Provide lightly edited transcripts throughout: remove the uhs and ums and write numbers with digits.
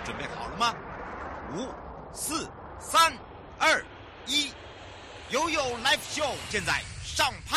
准备好了吗？5、4、3、2、1，悠悠 Live Show 现在上拍。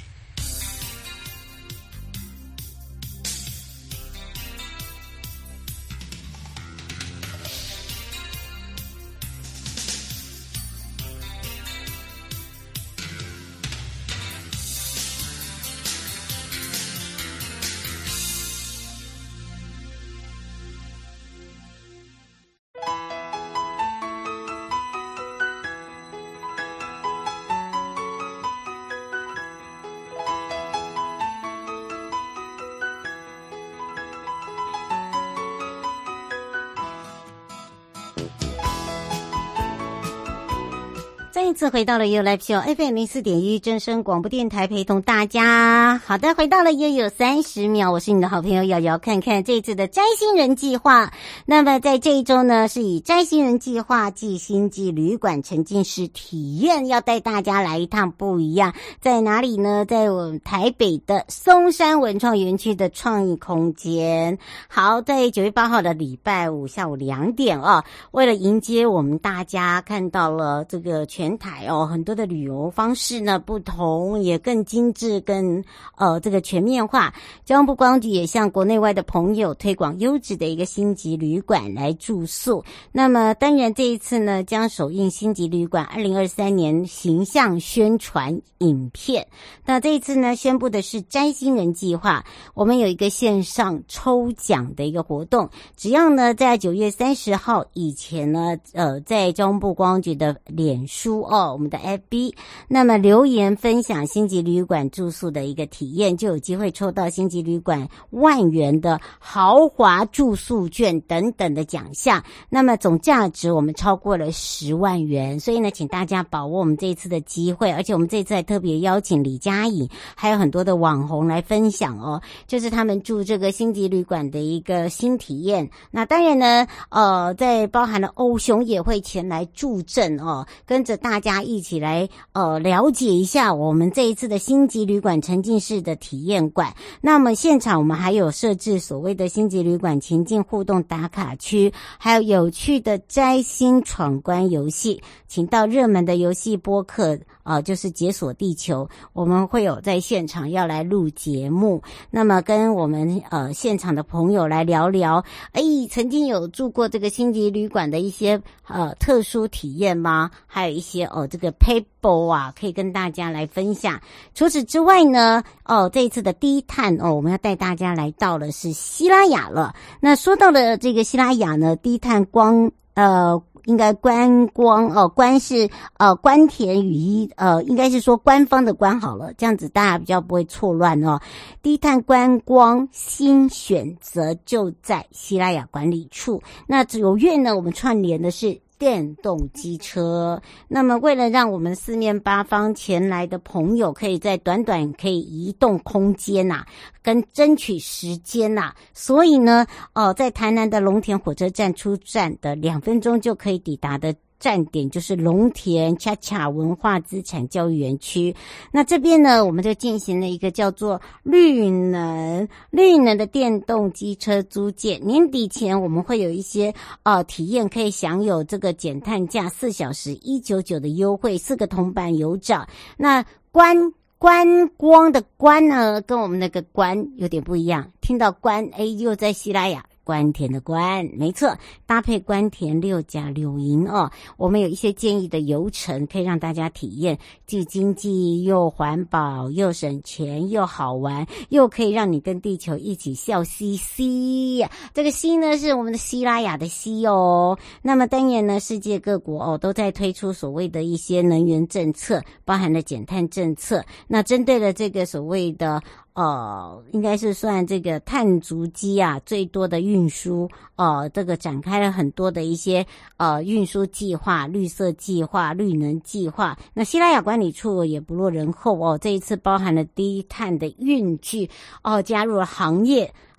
再一次回到了悠悠 Live Show FM 04.1真声广播电台，陪同大家。好的，回到了悠悠30秒，我是你的好朋友瑶瑶。看看这次的摘星人计划，那么在这一周呢，是以摘星人计划暨星际旅馆沉浸式体验，要带大家来一趟不一样。在哪里呢？在我们台北的松山文创园区的创意空间。好，在9月8号的礼拜五下午2点为了迎接我们大家，看到了这个全台很多的旅游方式呢不同，也更精致，更这个全面化。交通部观光局也向国内外的朋友推广优质的一个星级旅馆来住宿。那么当然这一次呢，将首映星级旅馆2023年形象宣传影片。那这一次呢，宣布的是摘星人计划，我们有一个线上抽奖的一个活动，只要呢在9月30号以前呢在交通部观光局的脸书我们的 FB， 那么留言分享星级旅馆住宿的一个体验，就有机会抽到星级旅馆10000元的豪华住宿券等等的奖项。那么总价值我们超过了10万元，所以呢，请大家把握我们这一次的机会。而且我们这次还特别邀请李佳颖还有很多的网红来分享就是他们住这个星级旅馆的一个新体验。那当然呢在包含了欧雄也会前来助阵跟着大家一起来了解一下我们这一次的星级旅馆沉浸式的体验馆。那么现场我们还有设置所谓的星级旅馆情境互动打卡区，还有有趣的摘星闯关游戏，请到热门的游戏播客就是解锁地球，我们会有在现场要来录节目，那么跟我们现场的朋友来聊聊曾经有住过这个星级旅馆的一些特殊体验吗？还有一些这个 paper 可以跟大家来分享。除此之外呢这一次的第一探我们要带大家来到的是西拉雅了。那说到了这个西拉雅呢，第一探光应该观光观是官田羽衣应该是说官方的官好了，这样子大家比较不会错乱第一探观光新选择就在西拉雅管理处。那9月呢，我们串联的是电动机车。那么为了让我们四面八方前来的朋友可以在短短可以移动空间跟争取时间所以呢在台南的龙田火车站出站的2分钟就可以抵达的站点就是龙田恰恰文化资产教育园区。那这边呢，我们就进行了一个叫做绿能的电动机车租借。年底前我们会有一些体验，可以享有这个减碳价4小时199的优惠，4个铜板有找。那观光的观呢，跟我们那个观有点不一样，听到观又在西拉雅官田的官，没错，搭配官田6甲柳营我们有一些建议的游程可以让大家体验，既经济又环保又省钱又好玩，又可以让你跟地球一起笑嘻嘻。这个嘻呢是我们的西拉雅的嘻那么当然呢，世界各国都在推出所谓的一些能源政策，包含了减碳政策。那针对了这个所谓的应该是算这个碳足迹最多的运输这个展开了很多的一些运输计划、绿色计划、绿能计划。那西拉雅管理处也不落人后这一次包含了低碳的运具加入了行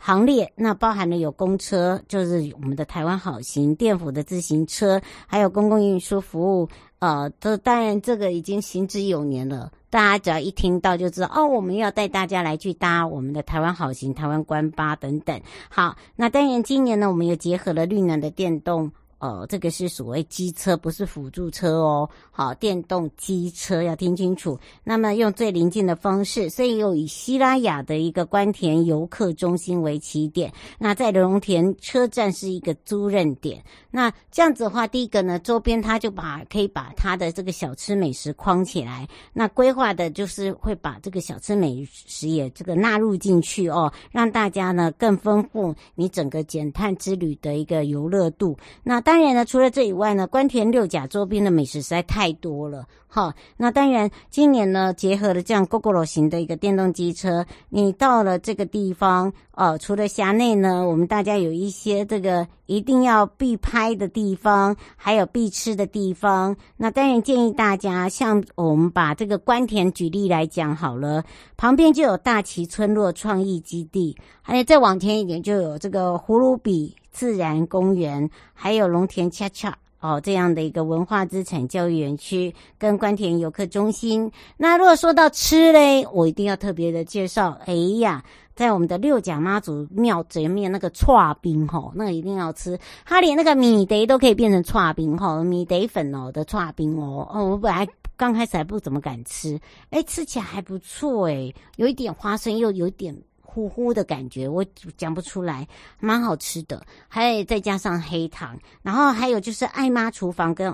行列，那包含了有公车，就是我们的台湾好行、电辅的自行车，还有公共运输服务，当然这个已经行之有年了。大家只要一听到就知道哦，我们要带大家来去搭我们的台湾好行、台湾观巴等等。好，那当然今年呢，我们也结合了绿能的电动。这个是所谓机车，不是辅助车哦。好，电动机车要听清楚。那么用最临近的方式，所以又以西拉雅的一个关田游客中心为起点。那在龙田车站是一个租赁点。那这样子的话，第一个呢，周边它就可以把它的这个小吃美食框起来。那规划的就是会把这个小吃美食也这个纳入进去哦，让大家呢更丰富你整个减碳之旅的一个游乐度。那当然呢，除了这以外呢，关田六甲周边的美食实在太多了。好，那当然今年呢，结合了这样 GoGo 型的一个电动机车，你到了这个地方，除了辖内呢，我们大家有一些这个一定要必拍的地方，还有必吃的地方。那当然建议大家，像我们把这个关田举例来讲好了，旁边就有大崎村落创意基地，还有再往前一点就有这个葫芦比自然公园，还有龙田恰恰这样的一个文化资产教育园区跟关田游客中心。那如果说到吃嘞，我一定要特别的介绍，在我们的六甲妈祖庙前面那个串冰那个一定要吃，它连那个米得都可以变成串冰米得粉的串冰我本来刚开始还不怎么敢吃，吃起来还不错有一点花生又有点糊糊的感觉，我讲不出来，蛮好吃的。还有再加上黑糖，然后还有就是爱妈厨房跟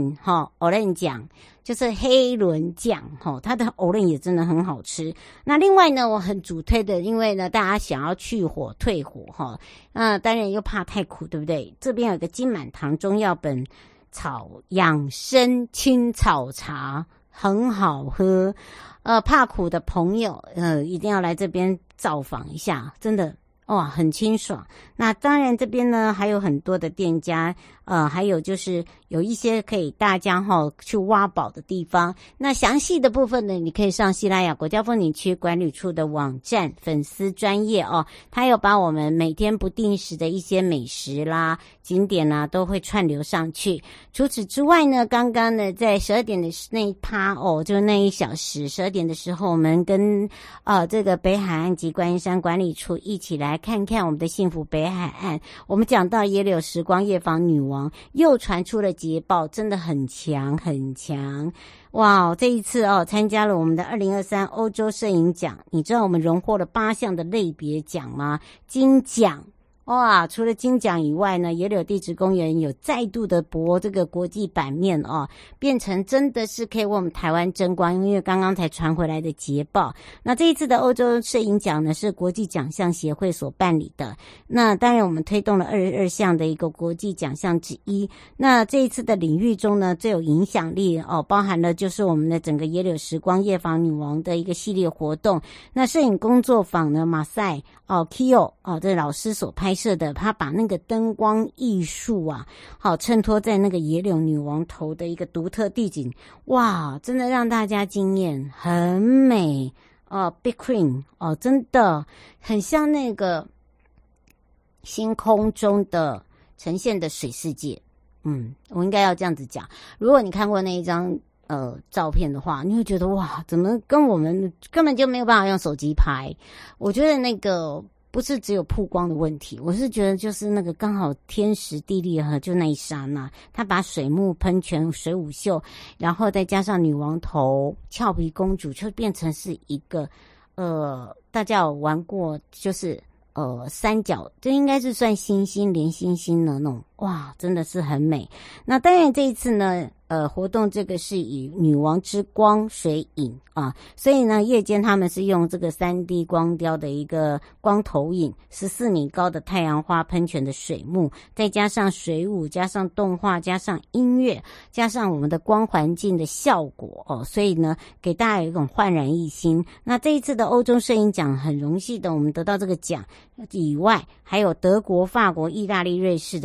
Olen 酱，就是黑轮酱它的 Olen 也真的很好吃。那另外呢，我很主推的，因为呢大家想要去火退火当然又怕太苦，对不对？这边有个金满堂中药本草养生青草茶，很好喝。怕苦的朋友一定要来这边造访一下，真的很清爽。那当然这边呢还有很多的店家，还有就是有一些可以大家去挖宝的地方。那详细的部分呢，你可以上西拉雅国家风景区管理处的网站粉丝专页他有把我们每天不定时的一些美食啦、景点啦都会串流上去。除此之外呢，刚刚呢在12点的那一趴就是那1小时12点的时候，我们跟这个北海岸及观音山管理处一起来看看我们的幸福北海岸。我们讲到野柳时光夜访女王又传出了捷报，真的很强很强。哇，这一次参加了我们的2023欧洲摄影奖，你知道我们荣获了8项的类别奖吗？金奖。哇，除了金奖以外呢，野柳地质公园有再度的博这个国际版面变成真的是可以为我们台湾争光，因为刚刚才传回来的捷报。那这一次的欧洲摄影奖呢，是国际奖项协会所办理的。那当然我们推动了22项的一个国际奖项之一。那这一次的领域中呢，最有影响力包含了就是我们的整个野柳时光夜访女王的一个系列活动。那摄影工作坊呢，马赛Kyo 这老师所拍摄的，他把那个灯光艺术衬托在那个野柳女王头的一个独特地景，哇，真的让大家惊艳，很美Big Queen 真的很像那个星空中的呈现的水世界。我应该要这样子讲，如果你看过那一张照片的话，你会觉得哇，怎么跟我们根本就没有办法用手机拍。我觉得那个不是只有曝光的问题，我是觉得就是那个刚好天时地利就那一刹那，他把水幕喷泉水舞秀，然后再加上女王头俏皮公主，就变成是一个大家有玩过就是三角，这应该是算星星连星星的那种，哇，真的是很美。那当然这一次呢活动这个是以女王之光水影所以呢夜间他们是用这个 3D 光雕的一个光投影，14米高的太阳花喷泉的水幕，再加上水舞，加上动画，加上音乐，加上我们的光环境的效果所以呢给大家有一种焕然一新。那这一次的欧洲摄影奖很荣幸的我们得到这个奖以外，还有德国、法国、意大利、瑞士的摄影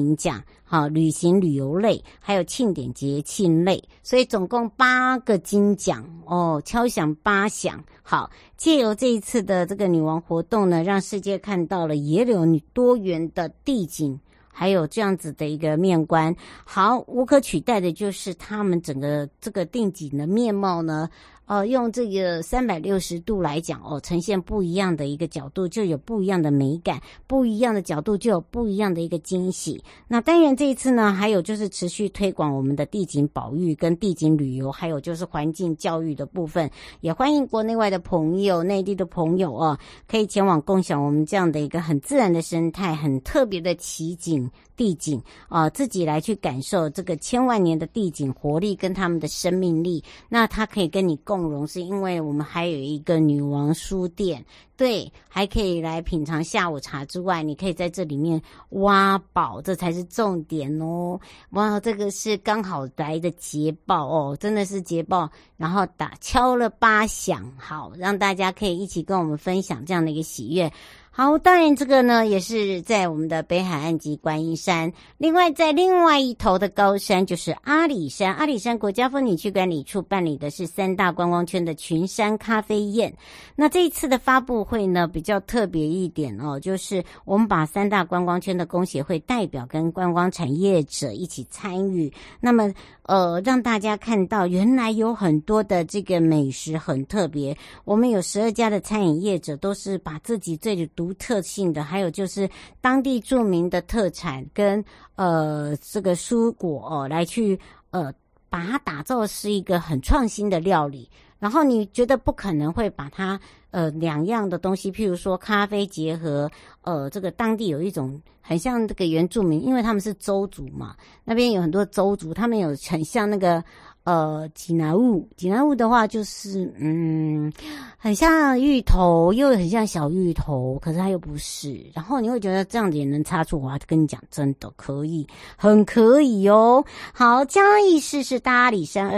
金奖，好，旅行旅游类，还有庆典节庆类，所以总共8个金奖哦，敲响8响。好，借由这一次的这个女王活动呢，让世界看到了野柳多元的地景。还有这样子的一个面观，好，无可取代的就是他们整个这个定景的面貌呢，用这个360度来讲哦，呈现不一样的一个角度，就有不一样的美感，不一样的角度就有不一样的一个惊喜。那当然这一次呢，还有就是持续推广我们的地景保育跟地景旅游，还有就是环境教育的部分，也欢迎国内外的朋友、内地的朋友哦，可以前往共享我们这样的一个很自然的生态，很特别的奇景。地景自己来去感受这个千万年的地景活力跟他们的生命力。那它可以跟你共融，是因为我们还有一个女王书店，对，还可以来品尝下午茶之外，你可以在这里面挖宝，这才是重点哦。哇，这个是刚好来的捷报哦，真的是捷报。然后敲了8响，好，让大家可以一起跟我们分享这样的一个喜悦。好，当然这个呢也是在我们的北海岸及观音山，另外在另外一头的高山就是阿里山，阿里山国家风景区管理处办理的是3大观光圈的群山咖啡宴。那这一次的发布会呢比较特别一点哦，就是我们把3大观光圈的工协会代表跟观光产业者一起参与，那么让大家看到原来有很多的这个美食很特别，我们有12家的餐饮业者都是把自己最独特性的，还有就是当地著名的特产跟这个蔬果来去把它打造是一个很创新的料理。然后你觉得不可能会把它2样的东西，譬如说咖啡结合这个当地有一种很像这个原住民，因为他们是邹族嘛，那边有很多邹族，他们有很像那个济南物的话就是很像芋头，又很像小芋头，可是它又不是。然后你会觉得这样子也能擦出，我要跟你讲，真的可以，很可以哦。好，嘉义市是大阿里山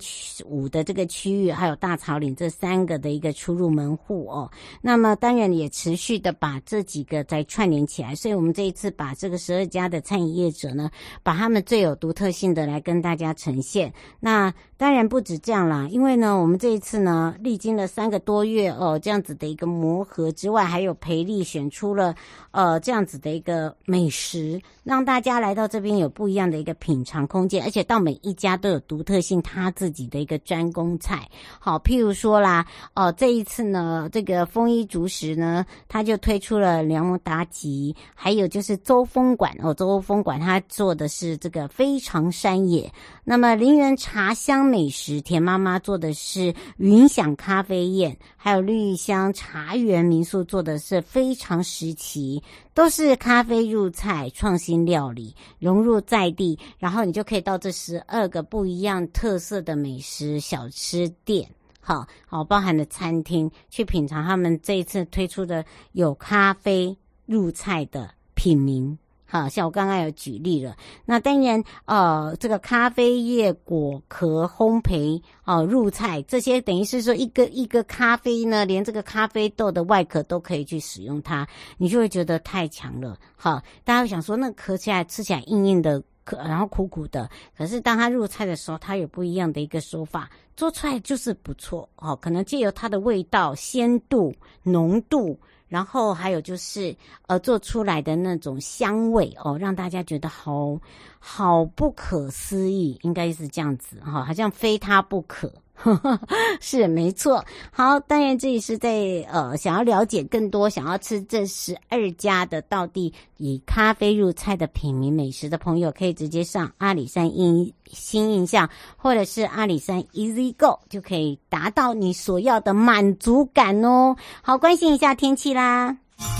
235的这个区域，还有大草岭这3个的一个出入门户哦。那么当然也持续的把这几个再串联起来，所以我们这一次把这个12家的餐饮业者呢，把他们最有独特性的来跟大家呈现。那当然不止这样啦，因为呢我们这一次呢历经了3个多月这样子的一个磨合之外，还有培力选出了这样子的一个美食，让大家来到这边有不一样的一个品尝空间，而且到每一家都有独特性，他自己的一个专攻菜。好，譬如说啦这一次呢这个丰衣竹食呢，他就推出了凉木达吉，还有就是周风馆周风馆他做的是这个非常山野。那么林园茶香美食，田妈妈做的是云享咖啡宴，还有绿香茶园民宿做的是非常时期，都是咖啡入菜创新料理，融入在地，然后你就可以到这12个不一样特色的美食小吃店，好包含了餐厅，去品尝他们这一次推出的有咖啡入菜的品名。好，像我刚刚有举例了。那当然这个咖啡叶果壳烘焙入菜，这些等于是说一个咖啡呢，连这个咖啡豆的外壳都可以去使用它，你就会觉得太强了。好，大家会想说那壳起来吃起来硬硬的，然后苦苦的，可是当它入菜的时候，它有不一样的一个说法，做出来就是不错可能借由它的味道、鲜度、浓度，然后还有就是做出来的那种香味让大家觉得好不可思议，应该是这样子好像非它不可。是没错。好，当然这里是在想要了解更多，想要吃这12家的道地以咖啡入菜的品名美食的朋友，可以直接上阿里山新印象或者是阿里山 Easy Go， 就可以达到你所要的满足感哦。好，关心一下天气啦。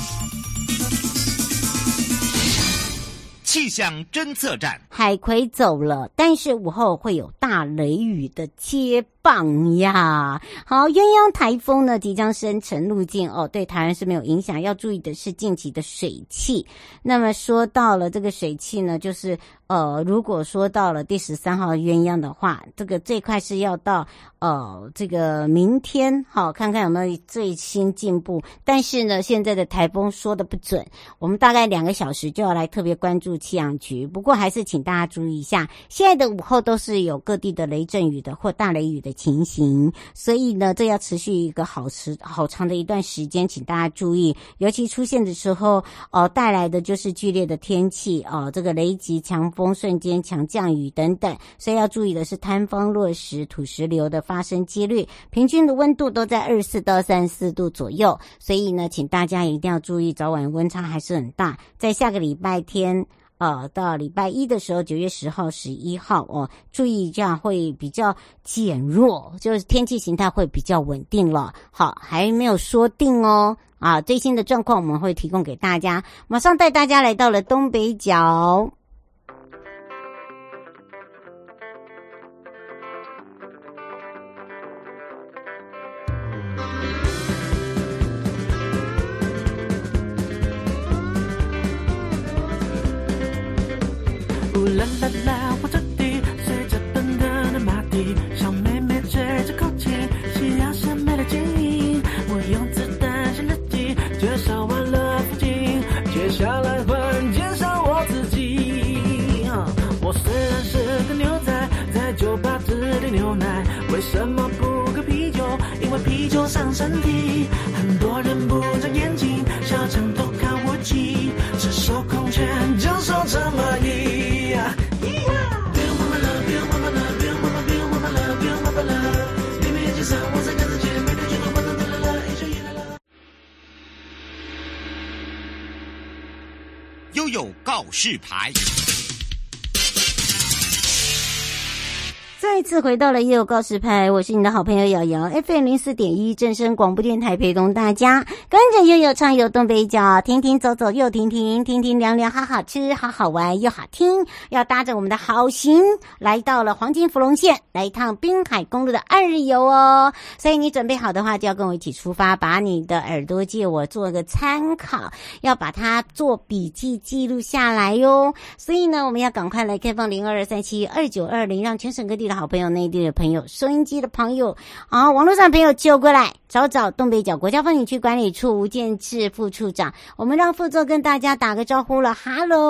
气象侦测站， 海葵走了，但是午后会有大雷雨的接报棒呀！好，鸳鸯台风呢即将生成路径哦，对台湾是没有影响。要注意的是近期的水汽。那么说到了这个水汽呢，就是如果说到了第13号鸳鸯的话，这块是要到这个明天，好，看看有没有最新进步。但是呢，现在的台风说的不准，我们大概2个小时就要来特别关注气象局。不过还是请大家注意一下，现在的午后都是有各地的雷阵雨的或大雷雨的情形，所以呢，这要持续一个好长的一段时间，请大家注意。尤其出现的时候，带来的就是剧烈的天气，这个雷击、强风、瞬间强降雨等等，所以要注意的是坍方落石、土石流的发生几率。平均的温度都在24到34度左右，所以呢，请大家一定要注意，早晚温差还是很大。在下个礼拜天到礼拜一的时候，9月10号、11号注意这样会比较减弱，就是天气形态会比较稳定了。好，还没有说定哦。最新的状况我们会提供给大家。马上带大家来到了东北角。 啦啦啦，火车底随着奔腾的马蹄，小妹妹吹着口琴，夕阳下美的剪影。我用子弹写日记，介绍完了风景，接下来换介绍我自己。我虽然是个牛仔，在酒吧只点牛奶，为什么不喝啤酒？因为啤酒伤身体。很多人不长眼睛，小强都看我骑，赤手空拳就手这么一。 悠悠告示牌。 再次回到了悠悠告示牌，我是你的好朋友瑶瑶 FM04.1 正声广播电台，陪同大家跟着悠悠畅游东北角，停停走走又停停，停停凉凉好好吃，好好玩又好听。要搭着我们的好行来到了黄金福隆线，来一趟滨海公路的2日游哦。所以你准备好的话，就要跟我一起出发，把你的耳朵借我做个参考，要把它做笔记记录下来哟。所以呢，我们要赶快来开放0223712920，让全省各地的好朋友、内地的朋友、收音机的朋友网络上的朋友就过来找东北角国家风景区管理处吴建志副处长，我们让副座跟大家打个招呼了。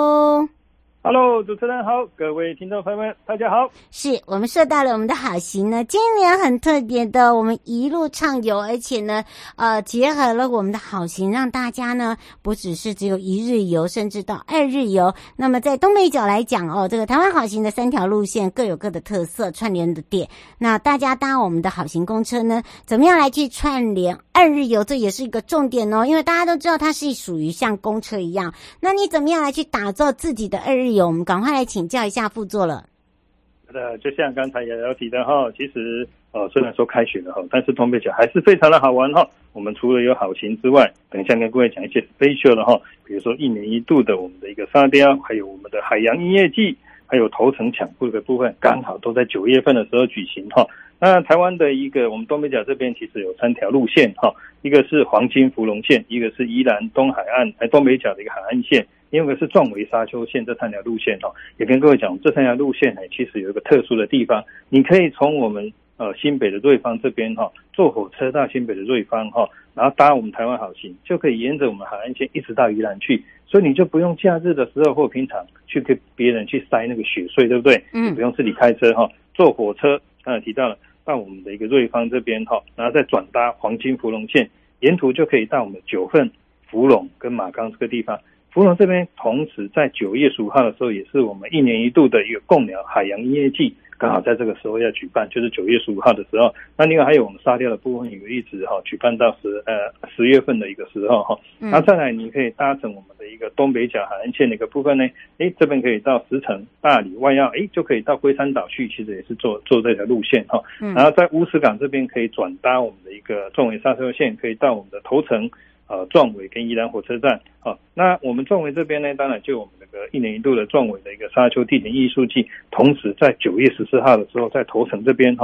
Hello， 主持人好，各位听众朋友们大家好。 是我们说到了我们的好行呢，今年很特别的，我们一路畅游，而且呢结合了我们的好行，让大家呢不只是只有1日游，甚至到2日游。那么在东北角来讲这个台湾好行的3条路线各有各的特色，串联的点，那大家搭我们的好行公车呢，怎么样来去串联2日游，这也是一个重点哦，因为大家都知道它是属于像公车一样，那你怎么样来去打造自己的2日游，我们赶快来请教一下副座了。 就像刚才也有提的其实虽然说开学了但是东北角还是非常的好玩我们除了有好行之外，等一下跟各位讲一些 special 的比如说1年1度的我们的一个沙雕，还有我们的海洋音乐季，还有头城抢步的部分，刚好都在9月份的时候举行那台湾的一个我们东北角这边其实有3条路线一个是黄金福隆线，一个是宜兰东海岸东北角的一个海岸线，另外一个是壮围沙丘线，这3条路线也跟各位讲，这3条路线其实有一个特殊的地方，你可以从我们新北的瑞芳这边坐火车到新北的瑞芳然后搭我们台湾好行，就可以沿着我们海岸线一直到宜兰去，所以你就不用假日的时候或平常去跟别人去塞那个雪隧，对不对？你不用自己开车坐火车，刚才提到了到我们的一个瑞芳这边然后再转搭黄金福隆线，沿途就可以到我们9份、福隆跟马冈这个地方。福隆这边同时在9月15号的时候，也是我们1年1度的一个贡寮海洋音乐季，刚好在这个时候要举办，就是9月15号的时候。那另外还有我们沙雕的部分，也一直举办到10月份的一个时候那再来你可以搭乘我们的一个东北角海岸线的一个部分呢，这边可以到石城、大理、外澳，就可以到龟山岛去，其实也是坐这条路线然后在乌石港这边可以转搭我们的一个壮围沙丘线，可以到我们的头城、壮围跟宜兰火车站那我们壮围这边呢，当然就我们那个1年1度的壮围的一个沙丘地点艺术季，同时在9月14号的时候，在头城这边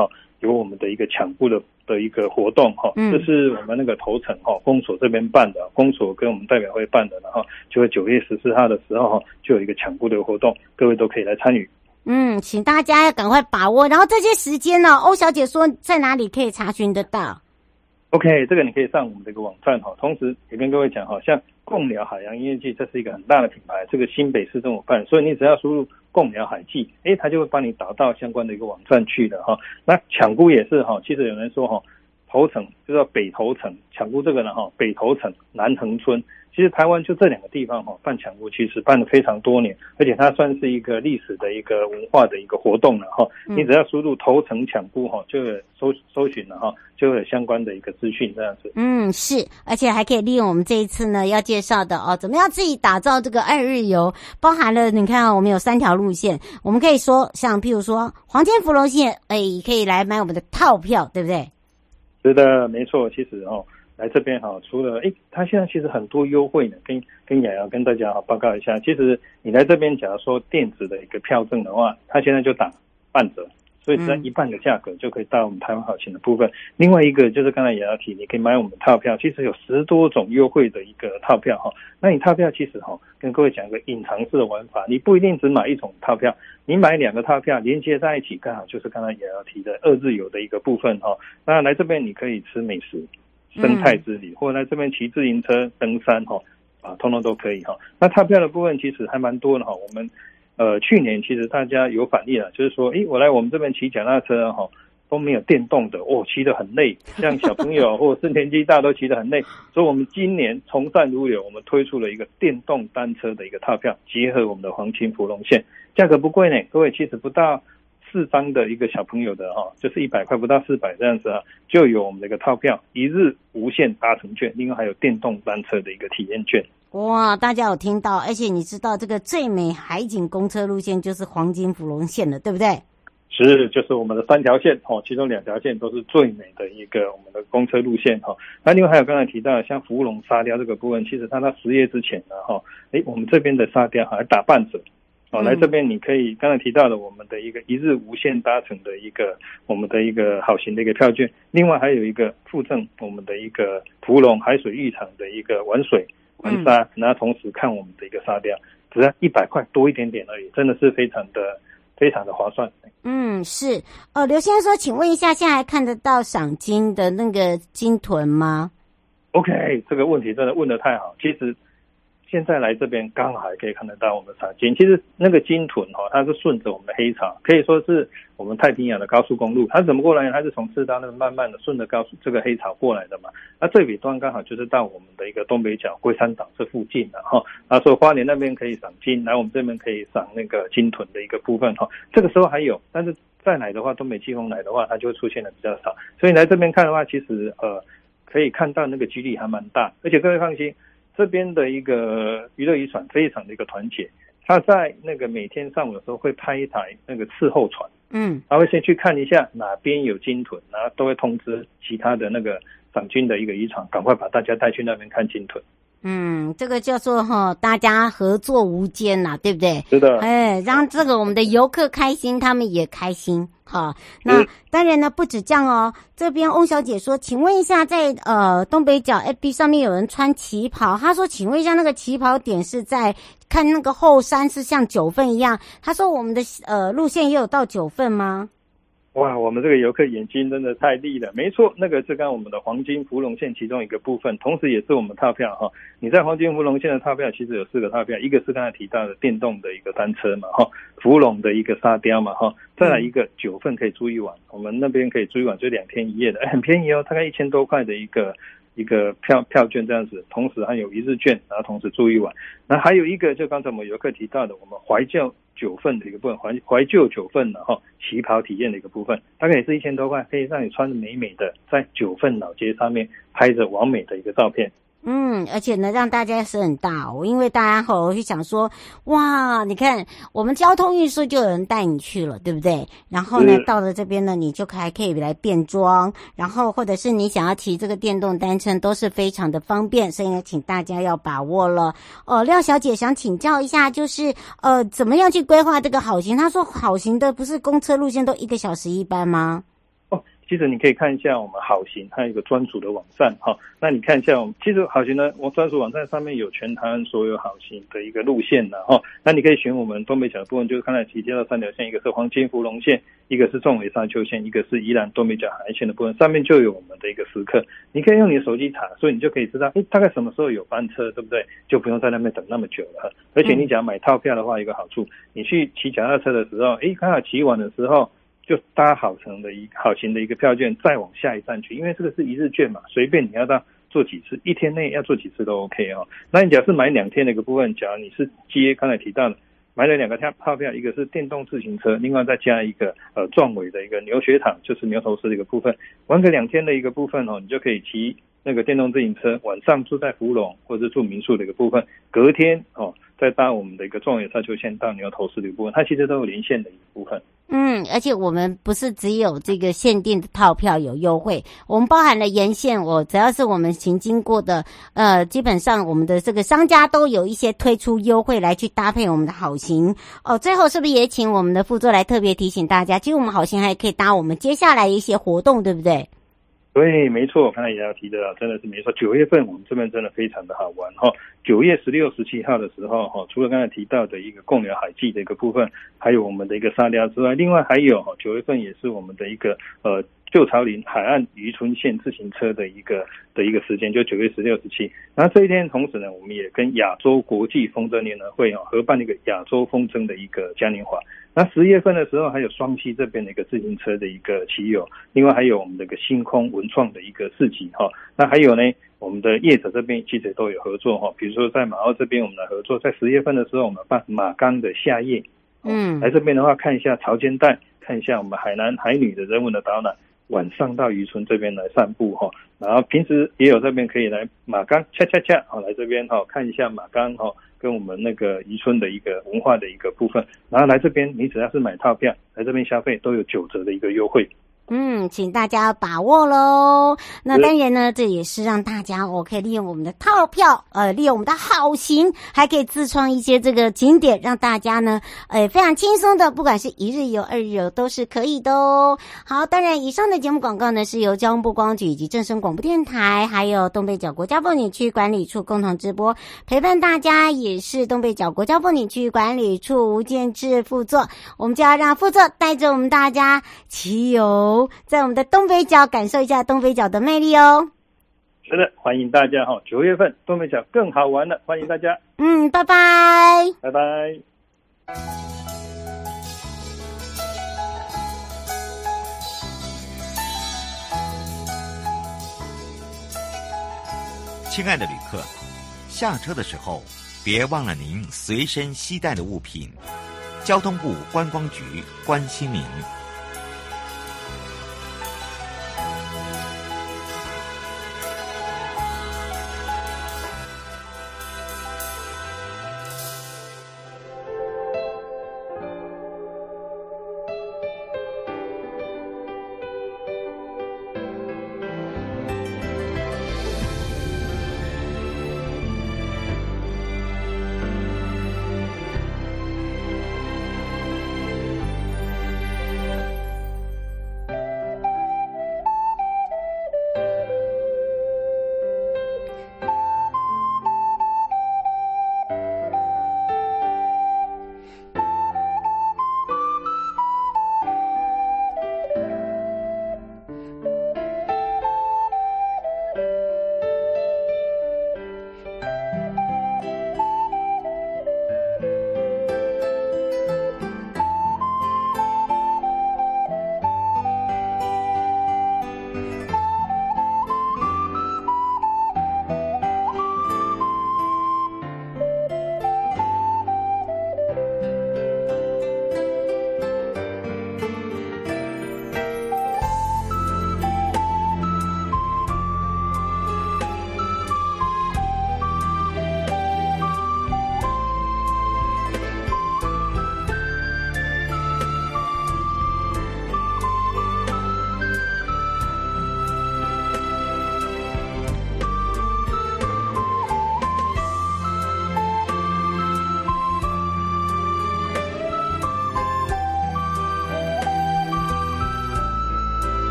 有我们的一个抢布的一个活动哈，这是我们那个头城哈公所这边办的，公所跟我们代表会办的，然后就会9月14号的时候哈，就有一个抢布的活动，各位都可以来参与。 请大家要赶快把握。然后这些时间呢，欧小姐说在哪里可以查询得到 ？OK， 这个你可以上我们这个网站哈。同时也跟各位讲哈，像贡寮海洋音乐季，这是一个很大的品牌，这个新北市政府办，所以你只要输入贡寮海季，它就会帮你导到相关的一个网站去的哈。那抢菇也是哈，其实有人说哈，头城就叫北头城，抢菇这个呢哈，北头城、南横村。其实台湾就这2个地方办抢菇，其实办了非常多年，而且它算是一个历史的一个文化的一个活动了哈。你只要输入头城抢菇就有搜寻了哈，就有相关的一个资讯这样子。 是，而且还可以利用我们这一次呢要介绍的怎么样自己打造这个2日游，包含了你看我们有3条路线，我们可以说像譬如说黄金福隆线，可以来买我们的套票，对不对？ 是的，没错。其实来这边除了他现在其实很多优惠呢，跟雅雅跟大家报告一下。其实你来这边，假如说电子的一个票证的话，他现在就打半折，所以只要一半的价格就可以到我们台湾好行的部分。另外一个就是刚才雅雅提，你可以买我们套票，其实有10多种优惠的一个套票那你套票其实跟各位讲一个隐藏式的玩法，你不一定只买一种套票，你买2个套票连接在一起，刚好就是刚才雅雅提的2日游的一个部分那来这边你可以吃美食。生态之旅，或者来这边骑自行车、登山通通都可以那套票的部分其实还蛮多的我们去年其实大家有反应了，就是说我来我们这边骑脚踏车都没有电动的骑得很累，像小朋友或者是年纪大都骑得很累，所以我们今年从善如流，我们推出了一个电动单车的一个套票，结合我们的黄金福隆线，价格不贵呢，各位其实不到4张的一个小朋友的就是100块不到400这样子就有我们的一个套票，1日无限搭乘券，另外还有电动单车的一个体验券。 哇，大家有听到，而且你知道这个最美海景公车路线就是黄金福隆线了，对不对？ 是，就是我们的3条线其中2条线都是最美的一个我们的公车路线那另外还有刚才提到的像福隆沙雕这个部分，其实它到10月之前呢我们这边的沙雕还打半折来这边你可以刚才提到的我们的一个1日无限搭乘的一个我们的一个好行的一个票券，另外还有一个附赠我们的一个福隆海水浴场的一个玩水玩沙，然后同时看我们的一个沙雕，只要100块多一点点而已，真的是非常的划算。 是刘先生说，请问一下，现在还看得到赏金的那个金豚吗？ OK， 这个问题真的问得太好。其实现在来这边刚好还可以看得到我们赏金，其实那个金豚它是顺着我们的黑潮，可以说是我们太平洋的高速公路，它怎么过来呢？它是从赤道那边慢慢的顺着这个黑潮过来的嘛。那最北端刚好就是到我们的一个东北角龟山岛这附近的所以花莲那边可以赏金，来我们这边可以赏那个金豚的一个部分这个时候还有，但是再来的话，东北季风来的话，它就会出现的比较少，所以来这边看的话，其实可以看到那个几率还蛮大，而且各位放心。这边的一个娱乐渔船非常的一个团结，他在那个每天上午的时候会派一台那个伺候船，他会先去看一下哪边有金豚，然后都会通知其他的那个赏金的一个渔船，赶快把大家带去那边看金豚。 这个叫做大家合作无间呐，对不对？ 是的， 让这个我们的游客开心，他们也开心。那当然呢，不止这样这边翁小姐说，请问一下，在东北角 FB 上面有人穿旗袍，她说，请问一下那个旗袍点是在看那个后山是像9份一样？她说我们的路线也有到9份吗？ 哇，我们这个游客眼睛真的太利了，没错，那个是刚我们的黄金福隆线其中一个部分，同时也是我们套票你在黄金福隆线的套票其实有4个套票，一个是刚才提到的电动的一个单车嘛福隆的一个沙雕嘛再来一个9份可以住一晚，我们那边可以住一晚就2天1夜的，很便宜大概1000多块的一个票券这样子，同时还有1日券，然后同时住一晚。那还有一个就刚才我们游客提到的，我们怀旧9份的一个部分，怀旧9份旗袍体验的一个部分，大概也是1000多块，可以让你穿得美美的在9份老街上面拍着完美的一个照片。 而且呢，让大家是很大因为大家会想说，哇，你看我们交通运输就有人带你去了，对不对？然后呢，到了这边呢，你就还可以来变装，然后或者是你想要骑这个电动单车，都是非常的方便，所以呢，请大家要把握了。廖小姐想请教一下，就是怎么样去规划这个好行？她说好行的不是公车路线都1个小时一班吗？ 其实你可以看一下我们好行它有一个专属的网站哈。那你看一下其实好行呢，我专属网站上面有全台湾所有好行的一个路线的哈。那你可以选我们东北角的部分，就是刚才提到的3条线，一个是黄金福隆线，一个是纵尾沙丘线，一个是宜兰东北角海岸线的部分，上面就有我们的一个时刻，你可以用你的手机查，所以你就可以知道大概什么时候有班车，对不对？就不用在那边等那么久了。而且你只要买套票的话，有一个好处，你去骑脚踏车的时候，刚好骑完的时候就搭好行的一个票券，再往下一站去，因为这个是一日券嘛，随便你要到做几次，一天内要做几次都 OK 哦。那你假如是买2天的一个部分，假如你是接刚才提到的买了2个套票，一个是电动自行车，另外再加一个壮尾的一个牛学堂，就是牛头狮的一个部分，玩个2天的一个部分你就可以骑那个电动自行车，晚上住在福隆或者住民宿的一个部分，隔天再搭我们的一个纵尾沙丘线到牛头狮的一个部分，它其实都有连线的一个部分。 而且我们不是只有这个限定的套票有优惠，我们包含了沿线，只要是我们行经过的，基本上我们的这个商家都有一些推出优惠来去搭配我们的好行。最后是不是也请我们的副座来特别提醒大家，其实我们好行还可以搭我们接下来一些活动，对不对？ 对，没错，刚才也要提的真的是没错。9月份我们这边真的非常的好玩9月16、17号的时候除了刚才提到的一个贡寮海祭的一个部分，还有我们的一个沙雕之外，另外还有9月份也是我们的一个旧草岭海岸渔村线自行车的一个时间，就9月16、17。然后这一天同时呢，我们也跟亚洲国际风筝联合会合办一个亚洲风筝的一个嘉年华。那10月份的时候，还有双溪这边的一个自行车的一个骑友，另外还有我们的一个星空文创的一个市集那还有呢，我们的业者这边其实都有合作比如说在马澳这边我们的合作，在10月份的时候我们办马冈的夏夜，来这边的话看一下潮间带，看一下我们海男海女的人文的导览，晚上到渔村这边来散步然后平时也有这边可以来马冈恰来这边看一下马冈跟我们那个渔村的一个文化的一个部分，然后来这边你只要是买套票来这边消费都有9折的一个优惠。 请大家把握咯。那当然呢，这也是让大家可以利用我们的套票，利用我们的好行，还可以自创一些这个景点，让大家呢非常轻松的，不管是1日游、2日游都是可以的哦。好，当然以上的节目广告呢是由交通部观光局以及正声广播电台还有东北角国家风景区管理处共同直播，陪伴大家也是东北角国家风景区管理处吴建志副座，我们就要让副座带着我们大家骑游在我们的东北角，感受一下东北角的魅力哦。 是的，欢迎大家9月份东北角更好玩了，欢迎大家。 拜拜， 拜拜。 亲爱的旅客，下车的时候别忘了您随身携带的物品。交通部观光局关心您。